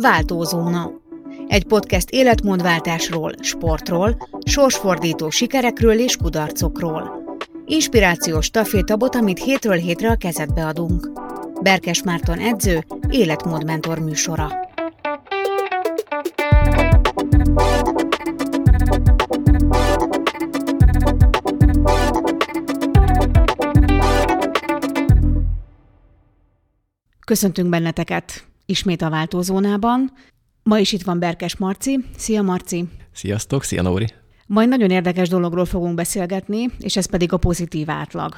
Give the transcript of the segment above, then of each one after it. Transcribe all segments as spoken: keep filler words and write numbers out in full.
Váltózóna. Egy podcast életmódváltásról, sportról, sorsfordító sikerekről és kudarcokról. Inspirációs stafétabot, amit hétről hétre a kezedbe adunk. Berkes Márton edző, életmódmentor műsora. Köszöntünk benneteket ismét a Váltózónában. Ma is itt van Berkes Marci. Szia, Marci! Sziasztok, szia, Nóri! Majd nagyon érdekes dologról fogunk beszélgetni, és ez pedig a pozitív átlag.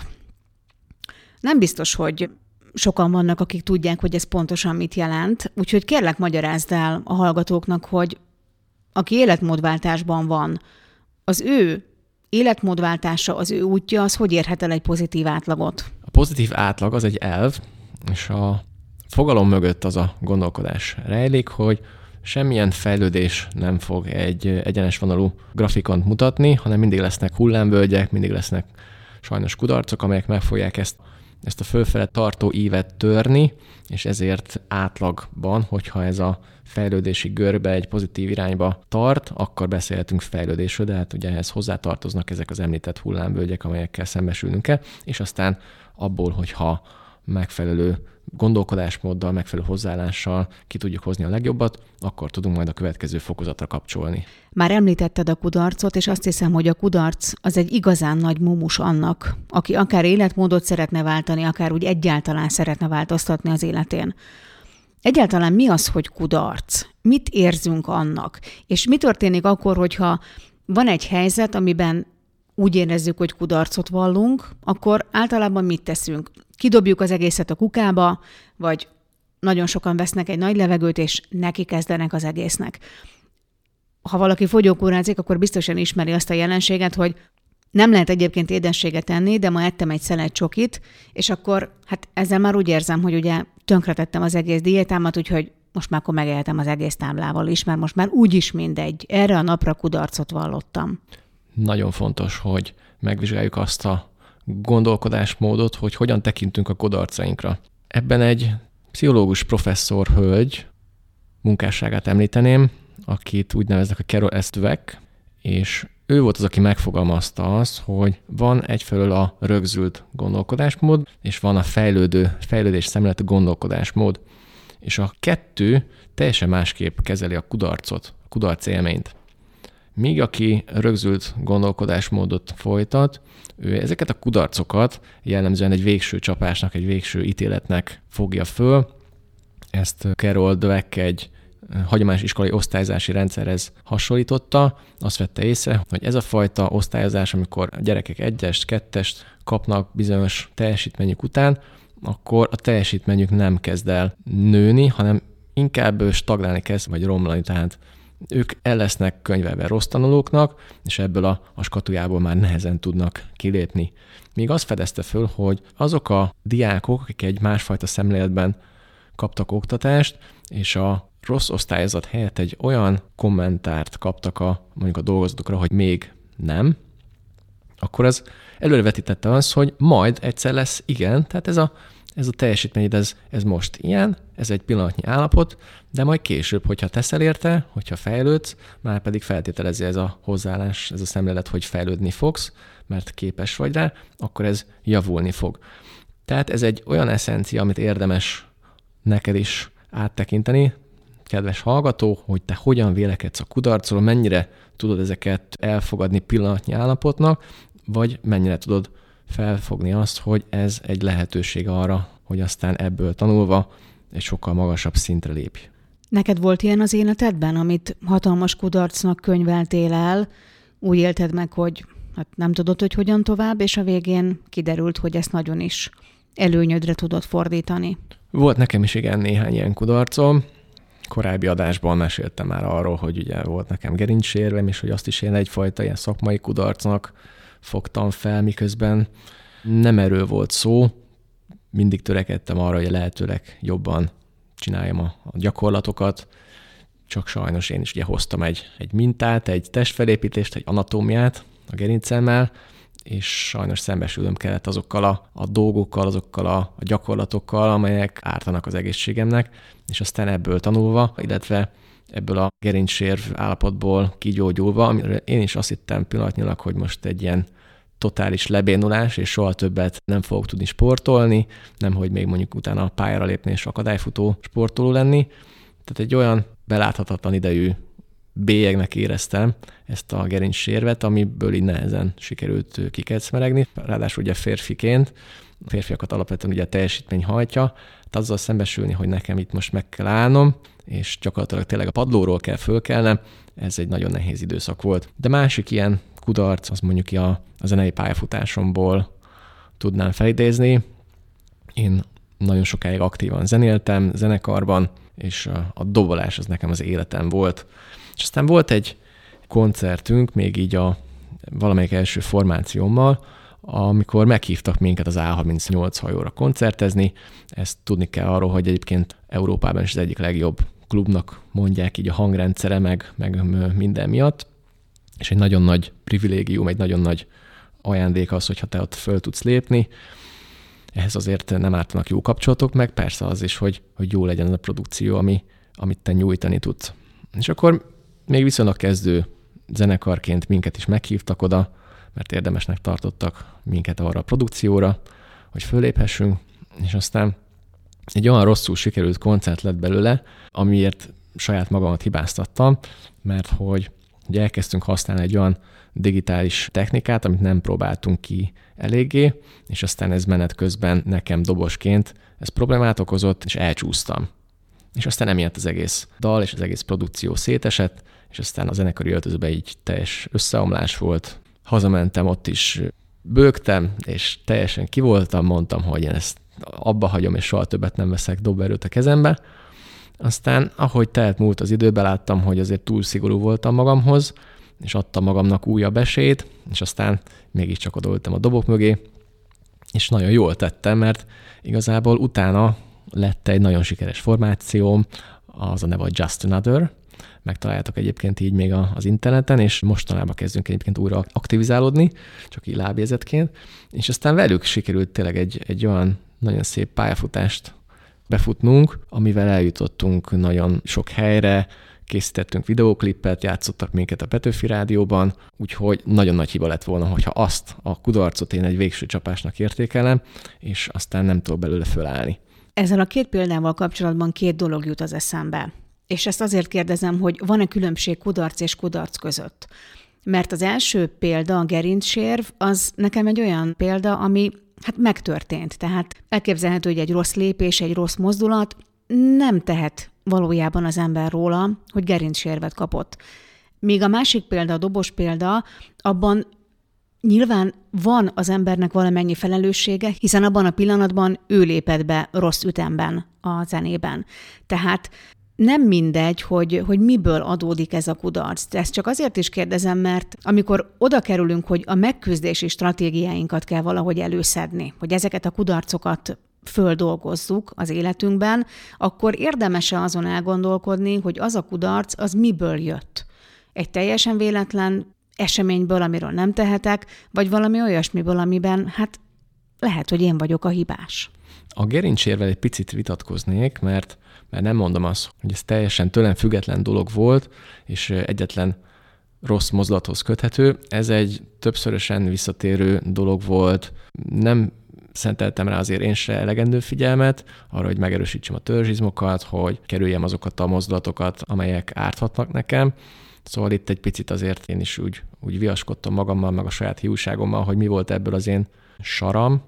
Nem biztos, hogy sokan vannak, akik tudják, hogy ez pontosan mit jelent, úgyhogy kérlek, magyarázd el a hallgatóknak, hogy aki életmódváltásban van, az ő életmódváltása, az ő útja, az hogy érhet el egy pozitív átlagot? A pozitív átlag az egy elv, és a fogalom mögött az a gondolkodás rejlik, hogy semmilyen fejlődés nem fog egy egyenes vonalú grafikont mutatni, hanem mindig lesznek hullámvölgyek, mindig lesznek sajnos kudarcok, amelyek meg fogják ezt, ezt a fölfele tartó ívet törni, és ezért átlagban, hogyha ez a fejlődési görbe egy pozitív irányba tart, akkor beszélhetünk fejlődésről, de hát ugye ehhez hozzátartoznak ezek az említett hullámvölgyek, amelyekkel szembesülnünk kell, és aztán abból, hogyha megfelelő gondolkodásmóddal, megfelelő hozzáállással ki tudjuk hozni a legjobbat, akkor tudunk majd a következő fokozatra kapcsolni. Már említetted a kudarcot, és azt hiszem, hogy a kudarc az egy igazán nagy mumus annak, aki akár életmódot szeretne váltani, akár úgy egyáltalán szeretne változtatni az életén. Egyáltalán mi az, hogy kudarc? Mit érzünk annak? És mi történik akkor, hogyha van egy helyzet, amiben úgy érezzük, hogy kudarcot vallunk, akkor általában mit teszünk? Kidobjuk az egészet a kukába, vagy nagyon sokan vesznek egy nagy levegőt, és neki kezdenek az egésznek. Ha valaki fogyókúrázik, akkor biztosan ismeri azt a jelenséget, hogy nem lehet egyébként édességet enni, de ma ettem egy szelet csokit, és akkor hát ezzel már úgy érzem, hogy ugye tönkretettem az egész diétámat, úgyhogy most már akkor megéltem az egész táblával is, mert most már úgyis mindegy. Erre a napra kudarcot vallottam. Nagyon fontos, hogy megvizsgáljuk azt a gondolkodásmódot, hogy hogyan tekintünk a kudarcainkra. Ebben egy pszichológus professzor hölgy munkásságát említeném, akit úgy neveznek a Carol S. Dweck, és ő volt az, aki megfogalmazta azt, hogy van egyfelől a rögzült gondolkodásmód, és van a fejlődő, fejlődés szemléletű gondolkodásmód. És a kettő teljesen másképp kezeli a kudarcot, a kudarc élményt. Míg aki rögzült gondolkodásmódot folytat, ő ezeket a kudarcokat jellemzően egy végső csapásnak, egy végső ítéletnek fogja föl. Ezt Carol Dweck egy hagyományos iskolai osztályzási rendszerhez hasonlította. Azt vette észre, hogy ez a fajta osztályozás, amikor a gyerekek egyest, kettest kapnak bizonyos teljesítményük után, akkor a teljesítményük nem kezd el nőni, hanem inkább stagnálni kezd, vagy romlani. Tehát ők el lesznek könyvelve rossz tanulóknak, és ebből a, a skatujából már nehezen tudnak kilépni. Míg azt fedezte föl, hogy azok a diákok, akik egy másfajta szemléletben kaptak oktatást, és a rossz osztályzat helyett egy olyan kommentárt kaptak a, mondjuk a dolgozatokra, hogy még nem, akkor ez előrevetítette azt, hogy majd egyszer lesz igen, tehát ez a Ez a teljesítmény, ez, ez most ilyen, ez egy pillanatnyi állapot, de majd később, hogyha teszel érte, hogyha fejlődsz, már pedig feltételezi ez a hozzáállás, ez a szemlélet, hogy fejlődni fogsz, mert képes vagy rá, akkor ez javulni fog. Tehát ez egy olyan eszencia, amit érdemes neked is áttekinteni, kedves hallgató, hogy te hogyan vélekedsz a kudarcról, mennyire tudod ezeket elfogadni pillanatnyi állapotnak, vagy mennyire tudod felfogni azt, hogy ez egy lehetőség arra, hogy aztán ebből tanulva egy sokkal magasabb szintre lépj. Neked volt ilyen az életedben, amit hatalmas kudarcnak könyveltél el, úgy élted meg, hogy hát nem tudod, hogy hogyan tovább, és a végén kiderült, hogy ezt nagyon is előnyödre tudod fordítani? Volt nekem is igen néhány ilyen kudarcom. Korábbi adásban meséltem már arról, hogy ugye volt nekem gerincsérvem, és hogy azt is én egyfajta ilyen szakmai kudarcnak fogtam fel, miközben nem erről volt szó. Mindig törekedtem arra, hogy lehetőleg jobban csináljam a, a gyakorlatokat, csak sajnos én is ugye hoztam egy, egy mintát, egy testfelépítést, egy anatómiát a gerincemmel, és sajnos szembesülnöm kellett azokkal a, a dolgokkal, azokkal a, a gyakorlatokkal, amelyek ártanak az egészségemnek, és aztán ebből tanulva, illetve ebből a gerincsérv állapotból kigyógyulva, amire én is azt hittem pillanatnyilag, hogy most egy ilyen totális lebénulás, és soha többet nem fogok tudni sportolni, nem hogy még mondjuk utána a pályára lépni és akadályfutó sportoló lenni. Tehát egy olyan beláthatatlan idejű bélyegnek éreztem ezt a gerincsérvet, amiből így nehezen sikerült kikecmeregni. Ráadásul ugye férfiként, a férfiakat alapvetően ugye a teljesítmény hajtja, tehát azzal szembesülni, hogy nekem itt most meg kell állnom, és gyakorlatilag tényleg a padlóról kell fölkelnem, ez egy nagyon nehéz időszak volt. De másik ilyen kudarc, az mondjuk a, a zenei pályafutásomból tudnám felidézni. Én nagyon sokáig aktívan zenéltem, zenekarban, és a, a dobolás az nekem az életem volt. És aztán volt egy koncertünk, még így a valamelyik első formációmmal, amikor meghívtak minket az á harmincnyolc hajóra koncertezni. Ezt tudni kell arról, hogy egyébként Európában is az egyik legjobb klubnak mondják így a hangrendszere, meg, meg minden miatt. És egy nagyon nagy privilégium, egy nagyon nagy ajándék az, hogyha te ott föl tudsz lépni. Ehhez azért nem ártanak jó kapcsolatok, meg persze az is, hogy, hogy jó legyen az a produkció, ami, amit te nyújtani tudsz. És akkor még viszonylag kezdő zenekarként minket is meghívtak oda, mert érdemesnek tartottak minket arra a produkcióra, hogy föléphessünk, és aztán egy olyan rosszul sikerült koncert lett belőle, amiért saját magamat hibáztattam, mert hogy ugye elkezdtünk használni egy olyan digitális technikát, amit nem próbáltunk ki eléggé, és aztán ez menet közben nekem dobosként ez problémát okozott, és elcsúsztam. És aztán emiatt az egész dal és az egész produkció szétesett, és aztán a zenekari öltözőben így teljes összeomlás volt. Hazamentem, ott is bőgtem, és teljesen kivoltam, mondtam, hogy én ezt abba hagyom, és soha többet nem veszek dobberőt a kezembe. Aztán, ahogy telt múlt az idő, beláttam, hogy azért túl szigorú voltam magamhoz, és adtam magamnak újabb esélyt, és aztán mégiscsak odoltam a dobok mögé, és nagyon jól tettem, mert igazából utána lett egy nagyon sikeres formációm, az a neve a Just Another, megtaláljátok egyébként így még az interneten, és mostanában kezdünk egyébként újra aktivizálódni, csak így lábjegyzetként, és aztán velük sikerült tényleg egy, egy olyan nagyon szép pályafutást befutnunk, amivel eljutottunk nagyon sok helyre, készítettünk videóklippet, játszottak minket a Petőfi Rádióban, úgyhogy nagyon nagy hiba lett volna, hogyha azt a kudarcot én egy végső csapásnak értékelem, és aztán nem tudok belőle fölállni. Ezzel a két példával kapcsolatban két dolog jut az eszembe. És ezt azért kérdezem, hogy van-e különbség kudarc és kudarc között? Mert az első példa, a gerincsérv, az nekem egy olyan példa, ami hát megtörtént. Tehát elképzelhető, hogy egy rossz lépés, egy rossz mozdulat nem tehet valójában az ember róla, hogy gerincsérvet kapott. Míg a másik példa, a dobos példa, abban nyilván van az embernek valamennyi felelőssége, hiszen abban a pillanatban ő lépett be rossz ütemben a zenében. Tehát nem mindegy, hogy, hogy miből adódik ez a kudarc. Ezt csak azért is kérdezem, mert amikor oda kerülünk, hogy a megküzdési stratégiáinkat kell valahogy előszedni, hogy ezeket a kudarcokat földolgozzuk az életünkben, akkor érdemes-e azon elgondolkodni, hogy az a kudarc, az miből jött? Egy teljesen véletlen eseményből, amiről nem tehetek, vagy valami olyasmiből, amiben hát lehet, hogy én vagyok a hibás. A gerincsérvel egy picit vitatkoznék, mert, mert nem mondom azt, hogy ez teljesen tőlem független dolog volt, és egyetlen rossz mozdulathoz köthető. Ez egy többszörösen visszatérő dolog volt. Nem szenteltem rá azért én se elegendő figyelmet, arra, hogy megerősítsem a törzsizmokat, hogy kerüljem azokat a mozdulatokat, amelyek árthatnak nekem. Szóval itt egy picit azért én is úgy, úgy viaskodtam magammal, meg a saját hiúságommal, hogy mi volt ebből az én saram,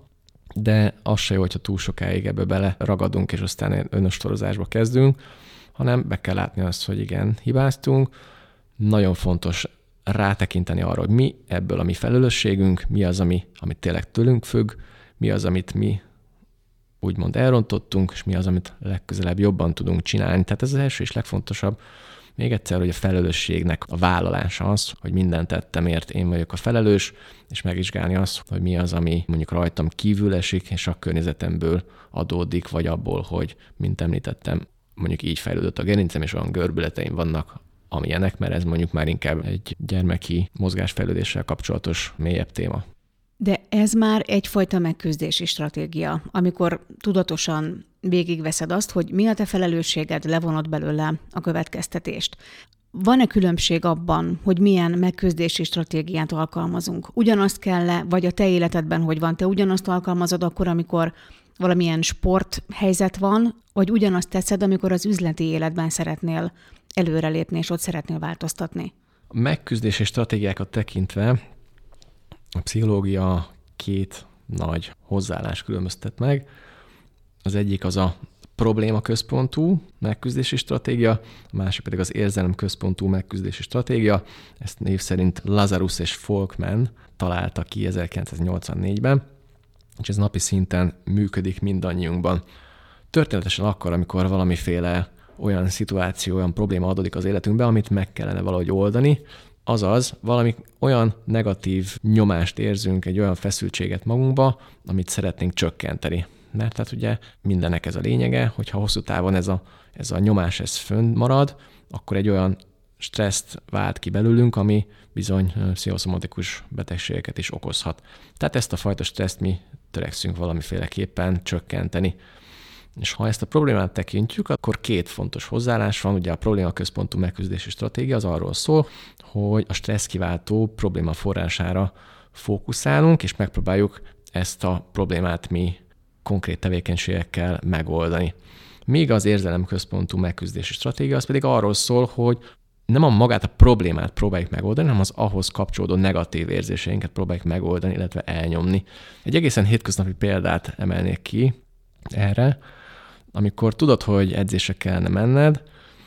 de az se jó, hogyha túl sokáig ebbe bele ragadunk, és aztán önostorozásba kezdünk, hanem be kell látni azt, hogy igen, hibáztunk. Nagyon fontos rátekinteni arra, hogy mi ebből a mi felelősségünk, mi az, ami, amit tényleg tőlünk függ, mi az, amit mi úgymond elrontottunk, és mi az, amit legközelebb jobban tudunk csinálni. Tehát ez az első és legfontosabb. Még egyszer, hogy a felelősségnek a vállalása az, hogy mindent tettemért én vagyok a felelős, és megvizsgálni azt, hogy mi az, ami mondjuk rajtam kívül esik, és a környezetemből adódik, vagy abból, hogy, mint említettem, mondjuk így fejlődött a gerincem, és olyan görbületeim vannak, amilyenek, mert ez mondjuk már inkább egy gyermeki mozgásfejlődéssel kapcsolatos mélyebb téma. De ez már egyfajta megküzdési stratégia, amikor tudatosan végigveszed azt, hogy mi a te felelősséged, levonod belőle a következtetést. Van-e különbség abban, hogy milyen megküzdési stratégiát alkalmazunk? Ugyanazt kell-e, vagy a te életedben hogy van? Te ugyanazt alkalmazod akkor, amikor valamilyen sporthelyzet van, vagy ugyanazt teszed, amikor az üzleti életben szeretnél előrelépni, és ott szeretnél változtatni? A megküzdési stratégiákat tekintve a pszichológia két nagy hozzáállás különböztet meg. Az egyik az a problémaközpontú megküzdési stratégia, a másik pedig az érzelemközpontú megküzdési stratégia. Ezt név szerint Lazarus és Folkman találta ki ezerkilencszáznyolcvannégyben, és ez napi szinten működik mindannyiunkban. Történetesen akkor, amikor valamiféle olyan szituáció, olyan probléma adódik az életünkbe, amit meg kellene valahogy oldani, azaz valami olyan negatív nyomást érzünk, egy olyan feszültséget magunkba, amit szeretnénk csökkenteni. Mert hát ugye mindennek ez a lényege, hogyha hosszú távon ez a, ez a nyomás ez fönn marad, akkor egy olyan stresszt vált ki belőlünk, ami bizony pszichoszomatikus betegségeket is okozhat. Tehát ezt a fajta stresszt mi törekszünk valamiféleképpen csökkenteni. És ha ezt a problémát tekintjük, akkor két fontos hozzáállás van. Ugye a problémaközpontú megküzdési stratégia az arról szól, hogy a stressz kiváltó probléma forrására fókuszálunk, és megpróbáljuk ezt a problémát mi konkrét tevékenységekkel megoldani. Míg az érzelemközpontú megküzdési stratégia az pedig arról szól, hogy nem a magát a problémát próbáljuk megoldani, hanem az ahhoz kapcsolódó negatív érzéseinket próbáljuk megoldani, illetve elnyomni. Egy egészen hétköznapi példát emelnék ki erre, amikor tudod, hogy edzésre kellene menned,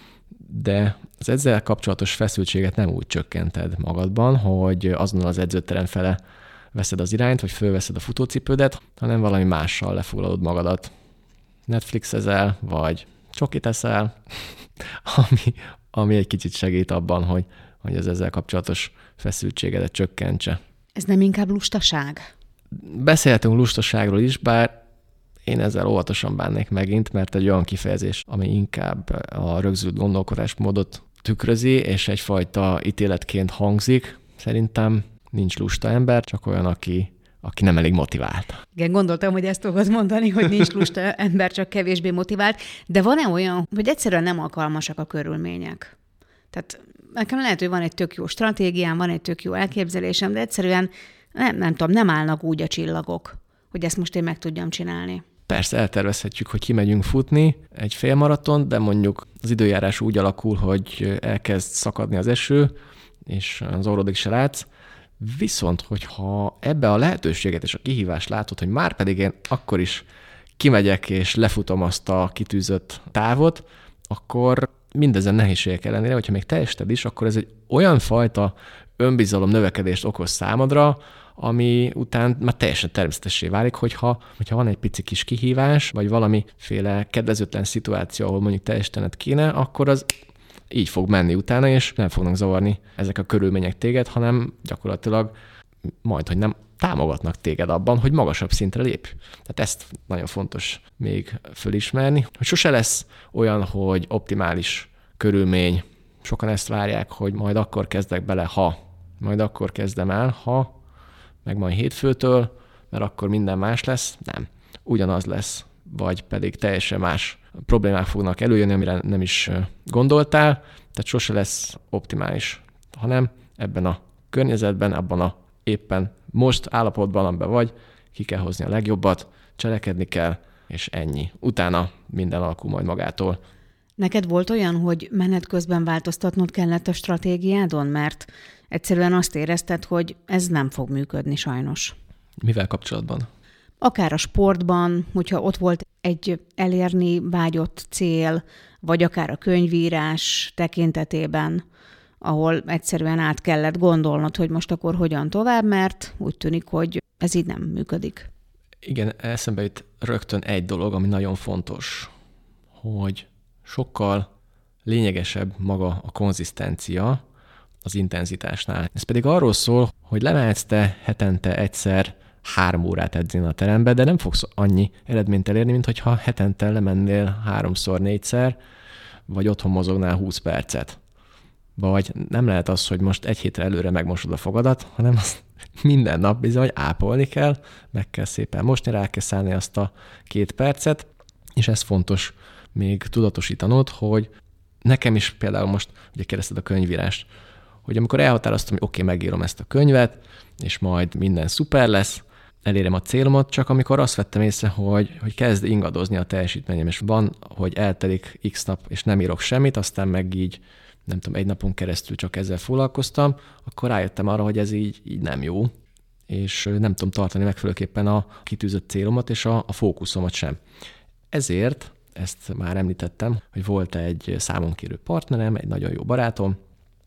de az ezzel kapcsolatos feszültséget nem úgy csökkented magadban, hogy azonnal az edzőterem fele veszed az irányt, vagy fölveszed a futócipődet, hanem valami mással lefoglalod magadat. Netflixezel, vagy csokit eszel, ami, ami egy kicsit segít abban, hogy, hogy az ezzel kapcsolatos feszültségedet csökkentse. Ez nem inkább lustaság? Beszélhetünk lustaságról is, bár én ezzel óvatosan bánnék megint, mert egy olyan kifejezés, ami inkább a rögzült gondolkodásmódot tükrözi, és egyfajta ítéletként hangzik. Szerintem nincs lusta ember, csak olyan, aki, aki nem elég motivált. Igen, gondoltam, hogy ezt fogod mondani, hogy nincs lusta ember, csak kevésbé motivált, de van-e olyan, hogy egyszerűen nem alkalmasak a körülmények? Tehát nekem lehet, hogy van egy tök jó stratégiám, van egy tök jó elképzelésem, de egyszerűen nem, nem tudom, nem állnak úgy a csillagok, hogy ezt most én meg tudjam csinálni. Persze eltervezhetjük, hogy kimegyünk futni egy félmaraton, de mondjuk az időjárás úgy alakul, hogy elkezd szakadni az eső, és az orrodig se látsz. Viszont, hogyha ebbe a lehetőséget és a kihívást látod, hogy már pedig én akkor is kimegyek és lefutom azt a kitűzött távot, akkor mindezen nehézségek ellenére, hogyha még teljesíted is, akkor ez egy olyan fajta önbizalom növekedést okoz számodra, ami után már teljesen természetessé válik, hogyha, hogyha van egy pici kis kihívás, vagy valamiféle kedvezőtlen szituáció, ahol mondjuk teljesítened kéne, akkor az így fog menni utána, és nem fognak zavarni ezek a körülmények téged, hanem gyakorlatilag majd, hogy nem támogatnak téged abban, hogy magasabb szintre lépj. Tehát ezt nagyon fontos még fölismerni, hogy sose lesz olyan, hogy optimális körülmény. Sokan ezt várják, hogy majd akkor kezdek bele, ha. Majd akkor kezdem el, ha, meg majd hétfőtől, mert akkor minden más lesz. Nem. Ugyanaz lesz, vagy pedig teljesen más problémák fognak előjönni, amire nem is gondoltál, tehát sose lesz optimális, hanem ebben a környezetben, abban a éppen most állapotban, amiben vagy, ki kell hozni a legjobbat, cselekedni kell, és ennyi. Utána minden alakul majd magától. Neked volt olyan, hogy menet közben változtatnod kellett a stratégiádon, mert egyszerűen azt érezted, hogy ez nem fog működni sajnos? Mivel kapcsolatban? Akár a sportban, hogyha ott volt egy elérni vágyott cél, vagy akár a könyvírás tekintetében, ahol egyszerűen át kellett gondolnod, hogy most akkor hogyan tovább, mert úgy tűnik, hogy ez így nem működik. Igen, eszembe jut rögtön egy dolog, ami nagyon fontos, hogy sokkal lényegesebb maga a konzisztencia az intenzitásnál. Ez pedig arról szól, hogy lemehetsz te hetente egyszer három órát edzeni a terembe, de nem fogsz annyi eredményt elérni, mint hogyha hetente lemennél háromszor, négyszer, vagy otthon mozognál húsz percet. Vagy nem lehet az, hogy most egy hétre előre megmosod a fogadat, hanem azt minden nap bizony ápolni kell, meg kell szépen mosni, rá kell szállni azt a két percet, és ez fontos még tudatosítanod, hogy nekem is például most, ugye kérdezted a könyvírást, hogy amikor elhatároztam, hogy oké, okay, megírom ezt a könyvet, és majd minden szuper lesz, elérem a célomat, csak amikor azt vettem észre, hogy, hogy kezd ingadozni a teljesítményem, és van, hogy eltelik x nap, és nem írok semmit, aztán meg így, nem tudom, egy napon keresztül csak ezzel foglalkoztam, akkor rájöttem arra, hogy ez így, így nem jó, és nem tudom tartani megfelelőképpen a kitűzött célomat, és a, a fókuszomat sem. Ezért, ezt már említettem, hogy volt egy számonkérő partnerem, egy nagyon jó barátom,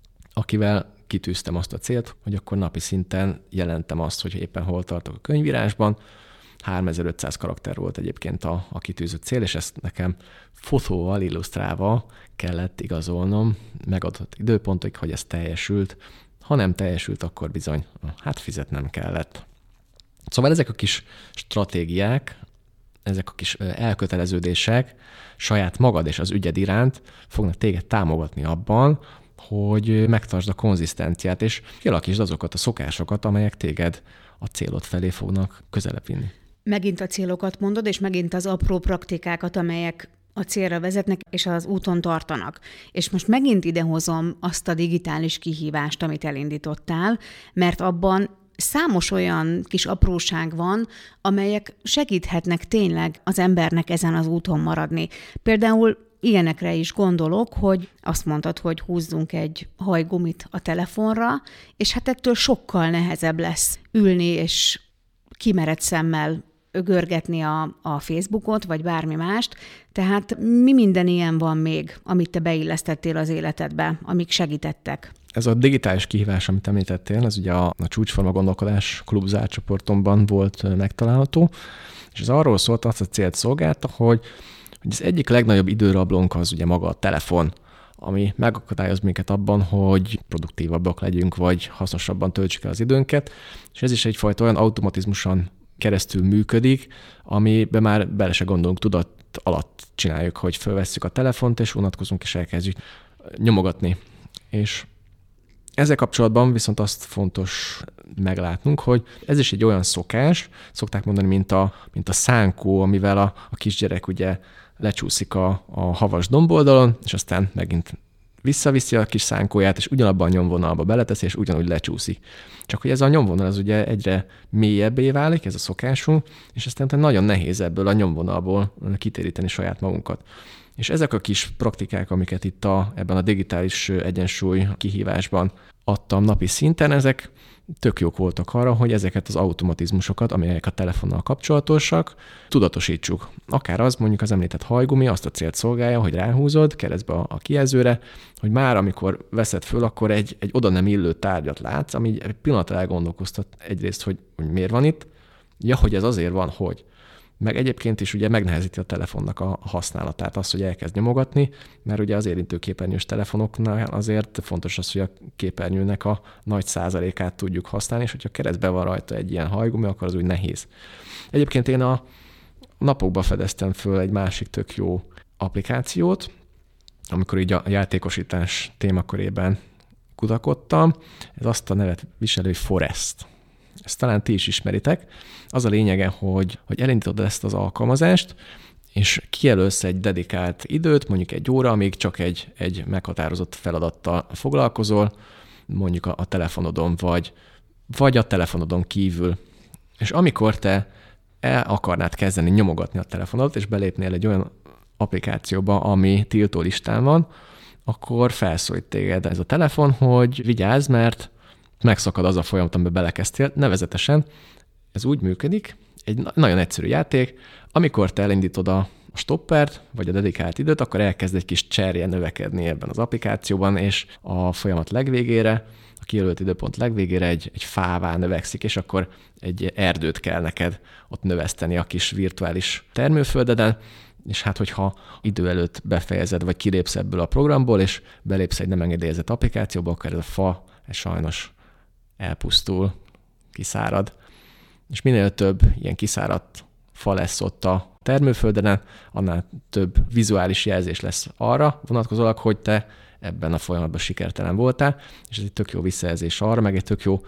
akivel kitűztem azt a célt, hogy akkor napi szinten jelentem azt, hogy éppen hol tartok a könyvírásban. háromezer-ötszáz karakter volt egyébként a, a kitűzött cél, és ezt nekem fotóval illusztrálva kellett igazolnom, megadott időpontig, hogy ez teljesült. Ha nem teljesült, akkor bizony, hát fizetnem kellett. Szóval ezek a kis stratégiák, ezek a kis elköteleződések saját magad és az ügyed iránt fognak téged támogatni abban, hogy megtartsd a konzisztenciát, és kialakítsd azokat a szokásokat, amelyek téged a célod felé fognak közelebb vinni. Megint a célokat mondod, és megint az apró praktikákat, amelyek a célra vezetnek, és az úton tartanak. És most megint idehozom azt a digitális kihívást, amit elindítottál, mert abban számos olyan kis apróság van, amelyek segíthetnek tényleg az embernek ezen az úton maradni. Például ilyenekre is gondolok, hogy azt mondtad, hogy húzzunk egy hajgumit a telefonra, és hát ettől sokkal nehezebb lesz ülni, és kimerett szemmel görgetni a, a Facebookot, vagy bármi mást. Tehát mi minden ilyen van még, amit te beillesztettél az életedbe, amik segítettek? Ez a digitális kihívás, amit említettél, ez ugye a, a Csúcsforma Gondolkodás klub zárt csoportomban volt megtalálható, és ez arról szólt, azt a célt szolgálta, hogy hogy az egyik legnagyobb időrablónk az ugye maga a telefon, ami megakadályoz minket abban, hogy produktívabbak legyünk, vagy hasznosabban töltsük el az időnket, és ez is egyfajta olyan automatizmuson keresztül működik, amiben már bele se gondolunk, tudat alatt csináljuk, hogy felvesszük a telefont, és unatkozunk, és elkezdjük nyomogatni. És ezzel kapcsolatban viszont azt fontos meglátnunk, hogy ez is egy olyan szokás, szokták mondani, mint a, mint a szánkó, amivel a, a kisgyerek ugye lecsúszik a, a havas domboldalon, és aztán megint visszaviszi a kis szánkóját, és ugyanabban a nyomvonalba beleteszi, és ugyanúgy lecsúszik. Csak hogy ez a nyomvonal az ugye egyre mélyebbé válik, ez a szokásunk, és aztán nagyon nehéz ebből a nyomvonalból kitéríteni saját magunkat. És ezek a kis praktikák, amiket itt a, ebben a digitális egyensúly kihívásban adtam napi szinten, ezek tök jók voltak arra, hogy ezeket az automatizmusokat, amelyek a telefonnal kapcsolatosak, tudatosítsuk. Akár az, mondjuk az említett hajgumi azt a célt szolgálja, hogy ráhúzod keresztbe a kijelzőre, hogy már amikor veszed föl, akkor egy, egy oda nem illő tárgyat látsz, ami egy pillanatra elgondolkoztat egyrészt, hogy, hogy miért van itt, ja, hogy ez azért van, hogy. Meg egyébként is ugye megnehezíti a telefonnak a használatát, az, hogy elkezd nyomogatni, mert ugye az érintőképernyős telefonoknál azért fontos az, hogy a képernyőnek a nagy százalékát tudjuk használni, és hogyha keresztbe van rajta egy ilyen hajgumi, akkor az úgy nehéz. Egyébként én a napokban fedeztem föl egy másik tök jó applikációt, amikor így a játékosítás témakörében kutakodtam. Ez azt a nevet viselő, hogy Forest. Ezt talán ti is ismeritek. Az a lényege, hogy, hogy elindítod ezt az alkalmazást, és kijelölsz egy dedikált időt, mondjuk egy óra, amíg csak egy, egy meghatározott feladattal foglalkozol, mondjuk a, a telefonodon, vagy, vagy a telefonodon kívül. És amikor te el akarnád kezdeni nyomogatni a telefonodat, és belépnél egy olyan applikációba, ami tiltó listán van, akkor felszólít téged ez a telefon, hogy vigyázz, mert megszakad az a folyamat, amiben belekezdtél. Nevezetesen ez úgy működik, egy nagyon egyszerű játék, amikor te elindítod a stoppert, vagy a dedikált időt, akkor elkezd egy kis cserje növekedni ebben az applikációban, és a folyamat legvégére, a kijelölt időpont legvégére egy, egy fává növekszik, és akkor egy erdőt kell neked ott növeszteni a kis virtuális termőföldeden, és hát, hogyha idő előtt befejezed, vagy kilépsz ebből a programból, és belépsz egy nem engedélyezett applikációba, akkor ez a fa ez sajnos elpusztul, kiszárad. És minél több ilyen kiszáradt fa lesz ott a termőföldenen, annál több vizuális jelzés lesz arra vonatkozólag, hogy te ebben a folyamatban sikertelen voltál, és ez egy tök jó visszajelzés arra, meg egy tök jó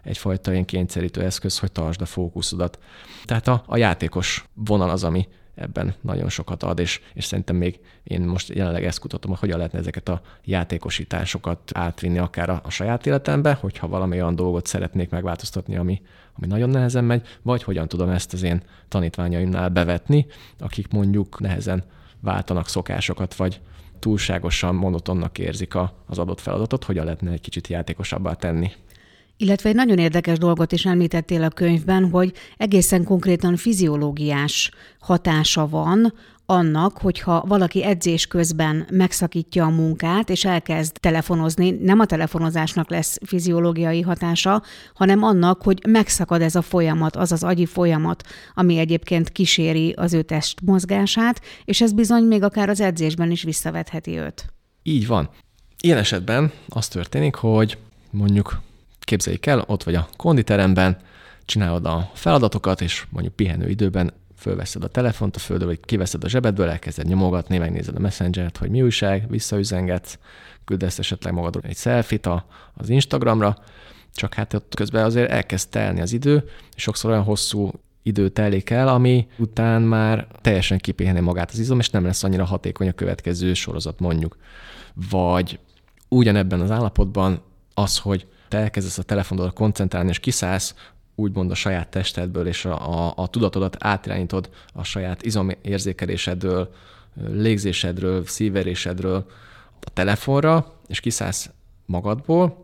egyfajta ilyen kényszerítő eszköz, hogy tartsd a fókuszodat. Tehát a, a játékos vonal az, ami ebben nagyon sokat ad, és, és szerintem még én most jelenleg ezt kutatom, hogy hogyan lehetne ezeket a játékosításokat átvinni akár a, a saját életembe, hogyha valami olyan dolgot szeretnék megváltoztatni, ami, ami nagyon nehezen megy, vagy hogyan tudom ezt az én tanítványaimnál bevetni, akik mondjuk nehezen váltanak szokásokat, vagy túlságosan monotonnak érzik a, az adott feladatot, hogyan lehetne egy kicsit játékosabbá tenni. Illetve egy nagyon érdekes dolgot is említettél a könyvben, hogy egészen konkrétan fiziológiás hatása van annak, hogyha valaki edzés közben megszakítja a munkát, és elkezd telefonozni, nem a telefonozásnak lesz fiziológiai hatása, hanem annak, hogy megszakad ez a folyamat, az az agyi folyamat, ami egyébként kíséri az ő testmozgását, és ez bizony még akár az edzésben is visszavetheti őt. Így van. Ilyen esetben az történik, hogy mondjuk képzeljük el, ott vagy a konditeremben, csinálod a feladatokat, és mondjuk pihenő időben fölveszed a telefont a földről, vagy kiveszed a zsebedből, elkezded nyomogatni, megnézed a Messengert, hogy mi újság, visszaüzengetsz, küldesz esetleg magadról egy selfie-t az Instagramra, csak hát ott közben azért elkezd telni az idő, és sokszor olyan hosszú idő telik el, ami után már teljesen kipiheni magát az izom, és nem lesz annyira hatékony a következő sorozat mondjuk. Vagy ugyanebben az állapotban az, hogy te elkezdesz a telefonodra koncentrálni, és kiszállsz úgymond a saját testedből, és a, a, a tudatodat átirányítod a saját izomérzékelésedről, légzésedről, szívverésedről a telefonra, és kiszállsz magadból,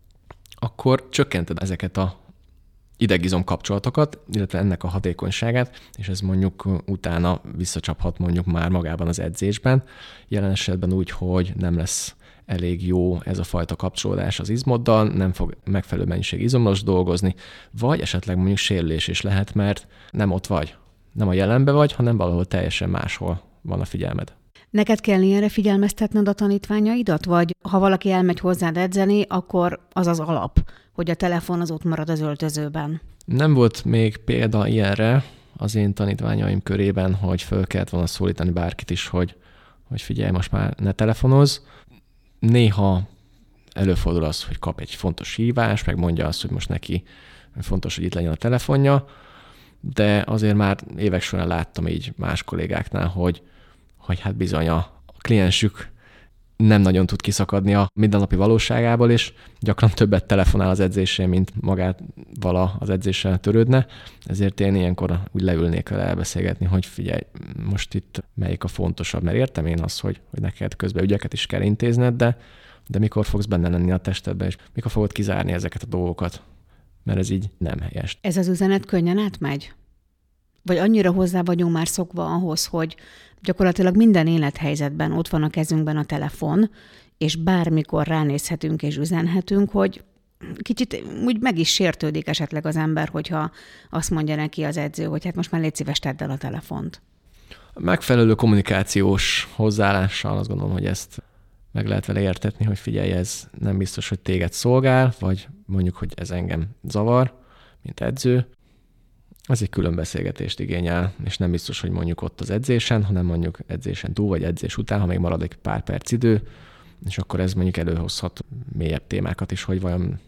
akkor csökkented ezeket a idegizom kapcsolatokat, illetve ennek a hatékonyságát, és ez mondjuk utána visszacsaphat mondjuk már magában az edzésben, jelen esetben úgy, hogy nem lesz elég jó ez a fajta kapcsolódás az izmoddal, nem fog megfelelő mennyiség izomos dolgozni, vagy esetleg mondjuk sérülés is lehet, mert nem ott vagy, nem a jelenbe vagy, hanem valahol teljesen máshol van a figyelmed. Neked kell ilyenre figyelmeztetned a tanítványaidat, vagy ha valaki elmegy hozzád edzeni, akkor az az alap, hogy a telefon az ott marad az öltözőben? Nem volt még példa ilyenre az én tanítványaim körében, hogy föl kellett volna szólítani bárkit is, hogy, hogy figyelj, most már ne telefonozz. Néha előfordul az, hogy kap egy fontos hívást, meg mondja azt, hogy most neki fontos, hogy itt legyen a telefonja, de azért már évek során láttam így más kollégáknál, hogy, hogy hát bizony a kliensük nem nagyon tud kiszakadni a mindennapi valóságából, és gyakran többet telefonál az edzésén, mint magát vala az edzéssel törődne. Ezért én ilyenkor úgy leülnék vele elbeszélgetni, hogy figyelj, most itt melyik a fontosabb, mert értem én azt, hogy, hogy neked közben ügyeket is kell intézned, de, de mikor fogsz benne lenni a testedben, és mikor fogod kizárni ezeket a dolgokat, mert ez így nem helyes. Ez az üzenet könnyen átmegy? Vagy annyira hozzá vagyunk már szokva ahhoz, hogy gyakorlatilag minden élethelyzetben ott van a kezünkben a telefon, és bármikor ránézhetünk és üzenhetünk, hogy kicsit úgy meg is sértődik esetleg az ember, hogyha azt mondja neki az edző, hogy hát most már légy szíves, tedd el a telefont. A megfelelő kommunikációs hozzáállással azt gondolom, hogy ezt meg lehet vele értetni, hogy figyelj, ez nem biztos, hogy téged szolgál, vagy mondjuk, hogy ez engem zavar, mint edző. Ez egy külön beszélgetést igényel, és nem biztos, hogy mondjuk ott az edzésen, hanem mondjuk edzésen túl, vagy edzés után, ha még marad egy pár perc idő, és akkor ez mondjuk előhozhat mélyebb témákat is, hogy vajon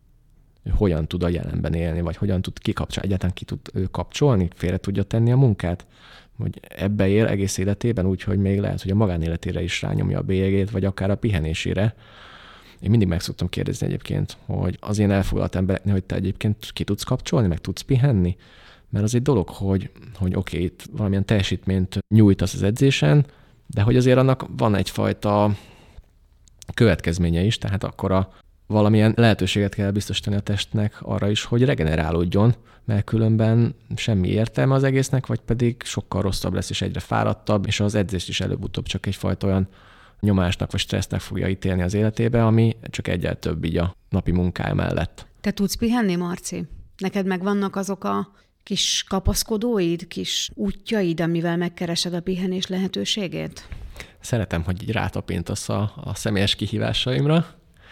hogyan tud a jelenben élni, vagy hogyan tud kikapcsolni, egyáltalán ki tud ő kapcsolni, félre tudja tenni a munkát, hogy ebbe él egész életében, úgyhogy még lehet, hogy a magánéletére is rányomja a bélyegét, vagy akár a pihenésére. Én mindig meg szoktam kérdezni egyébként, hogy az én elfoglalt embereknél, hogy te egyébként ki tudsz kapcsolni, meg tudsz pihenni. Mert az egy dolog, hogy, hogy oké, okay, itt valamilyen teljesítményt nyújtasz az edzésen, de hogy azért annak van egyfajta következménye is, tehát akkor a valamilyen lehetőséget kell biztosítani a testnek arra is, hogy regenerálódjon, mert különben semmi értelme az egésznek, vagy pedig sokkal rosszabb lesz és egyre fáradtabb, és az edzést is előbb-utóbb csak egyfajta olyan nyomásnak vagy stressznek fogja ítélni az életébe, ami csak egyel több így a napi munkája mellett. Te tudsz pihenni, Marci? Neked megvannak azok a kis kapaszkodóid, kis útjaid, amivel megkeresed a pihenés lehetőségét? Szeretem, hogy így rátapintasz a, a személyes kihívásaimra.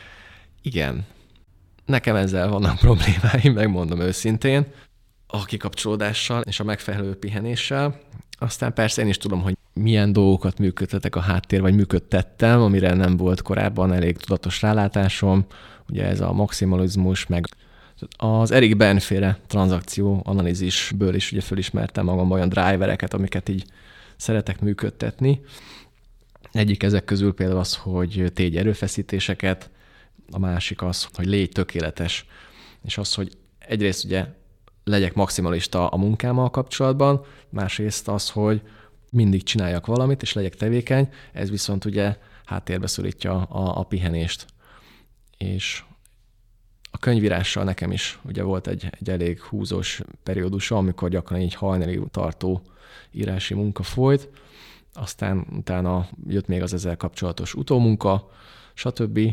Igen, nekem ezzel vannak problémáim, megmondom őszintén, a kikapcsolódással és a megfelelő pihenéssel. Aztán persze én is tudom, hogy milyen dolgokat működtetek a háttér, vagy működtettem, amire nem volt korábban elég tudatos rálátásom. Ugye ez a maximalizmus, meg Az Eric Berne féle tranzakció analízisből is ugye fölismertem magam olyan drivereket, amiket így szeretek működtetni. Egyik ezek közül például az, hogy tégy erőfeszítéseket, a másik az, hogy légy tökéletes, és az, hogy egyrészt ugye legyek maximalista a munkámmal kapcsolatban, másrészt az, hogy mindig csináljak valamit, és legyek tevékeny, ez viszont ugye háttérbe szorítja a, a pihenést. És a könyvírással nekem is ugye volt egy, egy elég húzós periódusa, amikor gyakran így hajnalig tartó írási munka folyt, aztán utána jött még az ezzel kapcsolatos utómunka, stb.,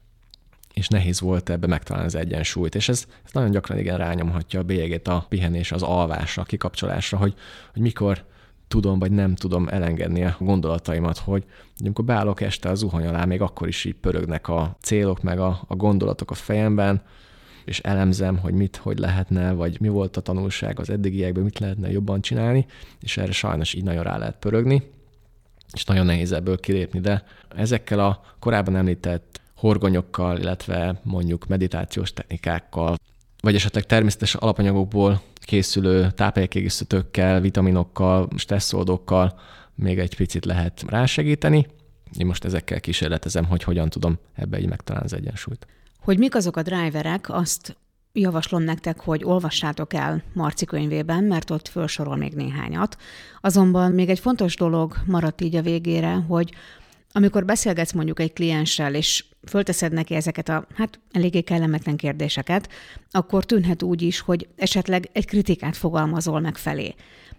és nehéz volt ebbe megtalálni az egyensúlyt, és ez, ez nagyon gyakran igen rányomhatja a bélyegét a pihenés, az alvásra, a kikapcsolásra, hogy, hogy mikor tudom, vagy nem tudom elengedni a gondolataimat, hogy amikor beállok este a zuhany alá, még akkor is így pörögnek a célok, meg a, a gondolatok a fejemben, és elemzem, hogy mit, hogy lehetne, vagy mi volt a tanulság az eddigiekben, mit lehetne jobban csinálni, és erre sajnos így nagyon rá lehet pörögni, és nagyon nehéz ebből kilépni, de ezekkel a korábban említett horgonyokkal, illetve mondjuk meditációs technikákkal, vagy esetleg természetes alapanyagokból készülő táplálékkiegészítőkkel, vitaminokkal, stresszoldokkal még egy picit lehet rásegíteni. Én most ezekkel kísérletezem, hogy hogyan tudom ebbe így megtalálni az egyensúlyt. Hogy mik azok a driverek, azt javaslom nektek, hogy olvassátok el Marci könyvében, mert ott felsorol még néhányat. Azonban még egy fontos dolog maradt így a végére, hogy amikor beszélgetsz mondjuk egy klienssel, és fölteszed neki ezeket a hát eléggé kellemetlen kérdéseket, akkor tűnhet úgy is, hogy esetleg egy kritikát fogalmazol meg felé.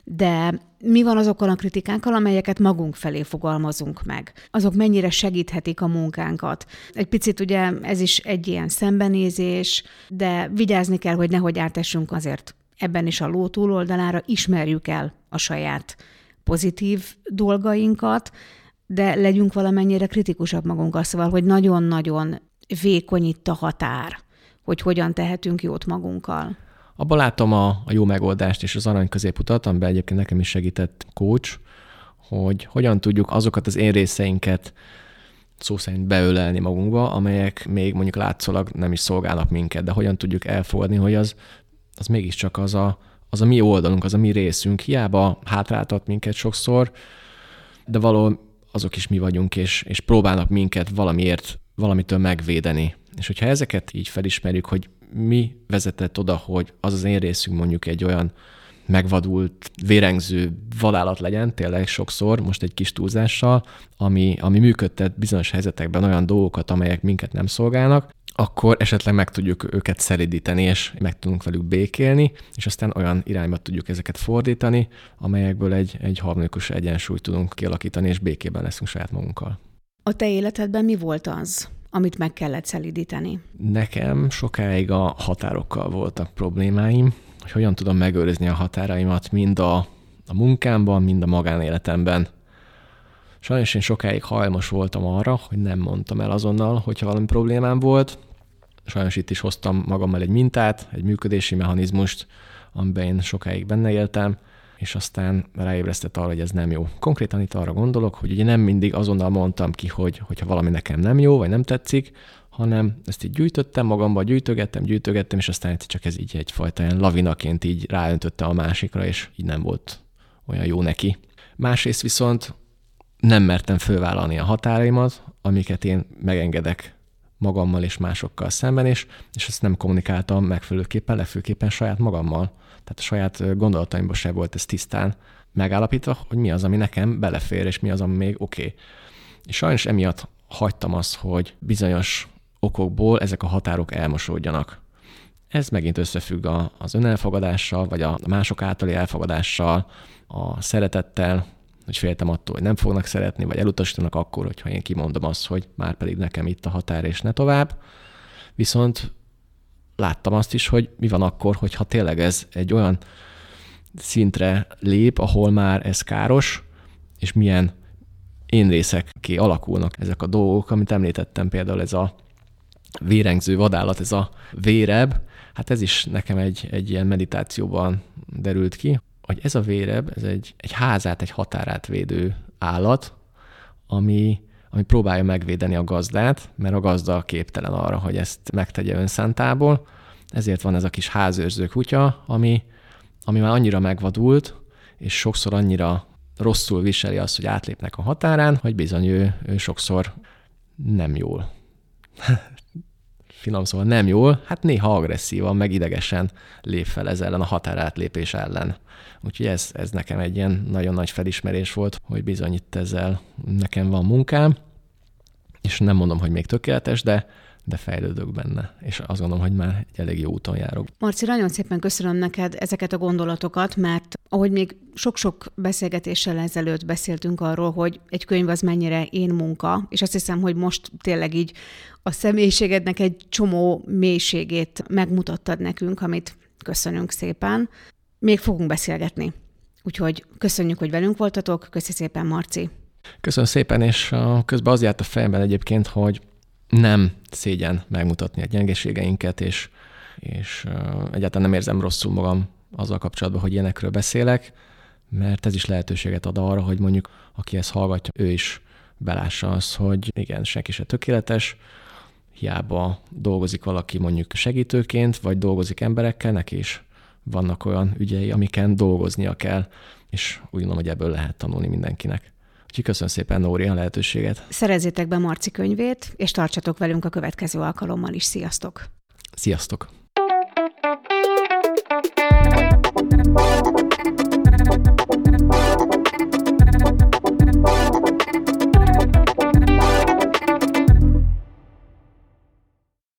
De mi van azokkal a kritikákkal, amelyeket magunk felé fogalmazunk meg? Azok mennyire segíthetik a munkánkat? Egy picit ugye ez is egy ilyen szembenézés, de vigyázni kell, hogy nehogy átessünk azért ebben is a ló túloldalára, ismerjük el a saját pozitív dolgainkat, de legyünk valamennyire kritikusabb magunkkal, szóval, hogy nagyon-nagyon vékony itt a határ, hogy hogyan tehetünk jót magunkkal. Abban látom a, a jó megoldást és az arany középutat, amiben egyébként nekem is segített coach, hogy hogyan tudjuk azokat az én részeinket szó szerint beölelni magunkba, amelyek még mondjuk látszólag nem is szolgálnak minket, de hogyan tudjuk elfogadni, hogy az, az mégiscsak az a, az a mi oldalunk, az a mi részünk. Hiába hátráltat minket sokszor, de valahol azok is mi vagyunk, és, és próbálnak minket valamiért, valamitől megvédeni. És hogyha ezeket így felismerjük, hogy mi vezetett oda, hogy az az én részünk mondjuk egy olyan megvadult, vérengző vadállat legyen, tényleg sokszor, most egy kis túlzással, ami, ami működtet bizonyos helyzetekben olyan dolgokat, amelyek minket nem szolgálnak, akkor esetleg meg tudjuk őket szelídíteni, és meg tudunk velük békélni, és aztán olyan irányba tudjuk ezeket fordítani, amelyekből egy, egy harmonikus egyensúlyt tudunk kialakítani, és békében leszünk saját magunkkal. A te életedben mi volt az, amit meg kellett szelídíteni? Nekem sokáig a határokkal voltak problémáim, hogy hogyan tudom megőrizni a határaimat mind a, a munkámban, mind a magánéletemben. Sajnos én sokáig hajlamos voltam arra, hogy nem mondtam el azonnal, hogyha valami problémám volt. Sajnos itt is hoztam magammal egy mintát, egy működési mechanizmust, amiben én sokáig benne éltem, és aztán ráébresztett arra, hogy ez nem jó. Konkrétan itt arra gondolok, hogy ugye nem mindig azonnal mondtam ki, hogy hogyha valami nekem nem jó, vagy nem tetszik, hanem ezt így gyűjtöttem magamba, gyűjtögettem, gyűjtögettem, és aztán csak ez így egyfajta ilyen lavinaként így ráöntötte a másikra, és így nem volt olyan jó neki. Másrészt viszont nem mertem fölvállalni a határaimat, amiket én megengedek magammal és másokkal szemben, és, és ezt nem kommunikáltam megfelelőképpen, legfőképpen saját magammal. Tehát a saját gondolataimban se volt ez tisztán megállapítva, hogy mi az, ami nekem belefér, és mi az, ami még oké. Okay. És sajnos emiatt hagytam azt, hogy bizonyos okokból ezek a határok elmosódjanak. Ez megint összefügg a, az önelfogadással, vagy a mások általi elfogadással, a szeretettel, hogy féltem attól, hogy nem fognak szeretni, vagy elutasítanak akkor, hogyha én kimondom azt, hogy már pedig nekem itt a határ, és ne tovább. Viszont láttam azt is, hogy mi van akkor, hogyha tényleg ez egy olyan szintre lép, ahol már ez káros, és milyen én részekké alakulnak ezek a dolgok, amit említettem, például ez a vérengző vadállat, ez a véreb, hát ez is nekem egy, egy ilyen meditációban derült ki, hogy ez a véreb, ez egy, egy házát, egy határát védő állat, ami, ami próbálja megvédeni a gazdát, mert a gazda képtelen arra, hogy ezt megtegye önszántából, ezért van ez a kis házőrző kutya, ami, ami már annyira megvadult, és sokszor annyira rosszul viseli azt, hogy átlépnek a határán, hogy bizony ő, ő sokszor nem jól. Finom szóval nem jól, hát néha agresszívan, meg idegesen lép fel ez ellen a határátlépés ellen. Úgyhogy ez, ez nekem egy ilyen nagyon nagy felismerés volt, hogy bizony itt ezzel nekem van munkám, és nem mondom, hogy még tökéletes, de, de fejlődök benne, és azt gondolom, hogy már egy elég jó úton járok. Marci, nagyon szépen köszönöm neked ezeket a gondolatokat, mert ahogy még sok-sok beszélgetéssel ezelőtt beszéltünk arról, hogy egy könyv az mennyire én munka, és azt hiszem, hogy most tényleg így a személyiségednek egy csomó mélységét megmutattad nekünk, amit köszönünk szépen. Még fogunk beszélgetni. Úgyhogy köszönjük, hogy velünk voltatok. Köszi szépen, Marci. Köszönöm szépen, és közben az járt a fejemben egyébként, hogy nem szégyen megmutatni a gyengeségeinket, és, és egyáltalán nem érzem rosszul magam azzal kapcsolatban, hogy ilyenekről beszélek, mert ez is lehetőséget ad arra, hogy mondjuk aki ezt hallgatja, ő is belássa azt, hogy igen, senki se tökéletes, hiába dolgozik valaki mondjuk segítőként, vagy dolgozik emberekkel, neki is vannak olyan ügyei, amiken dolgoznia kell, és úgy gondolom, hogy ebből lehet tanulni mindenkinek. Úgyhogy köszönöm szépen, Nóri, a lehetőséget. Szerezzétek be Marci könyvét, és tartsatok velünk a következő alkalommal is. Sziasztok! Sziasztok!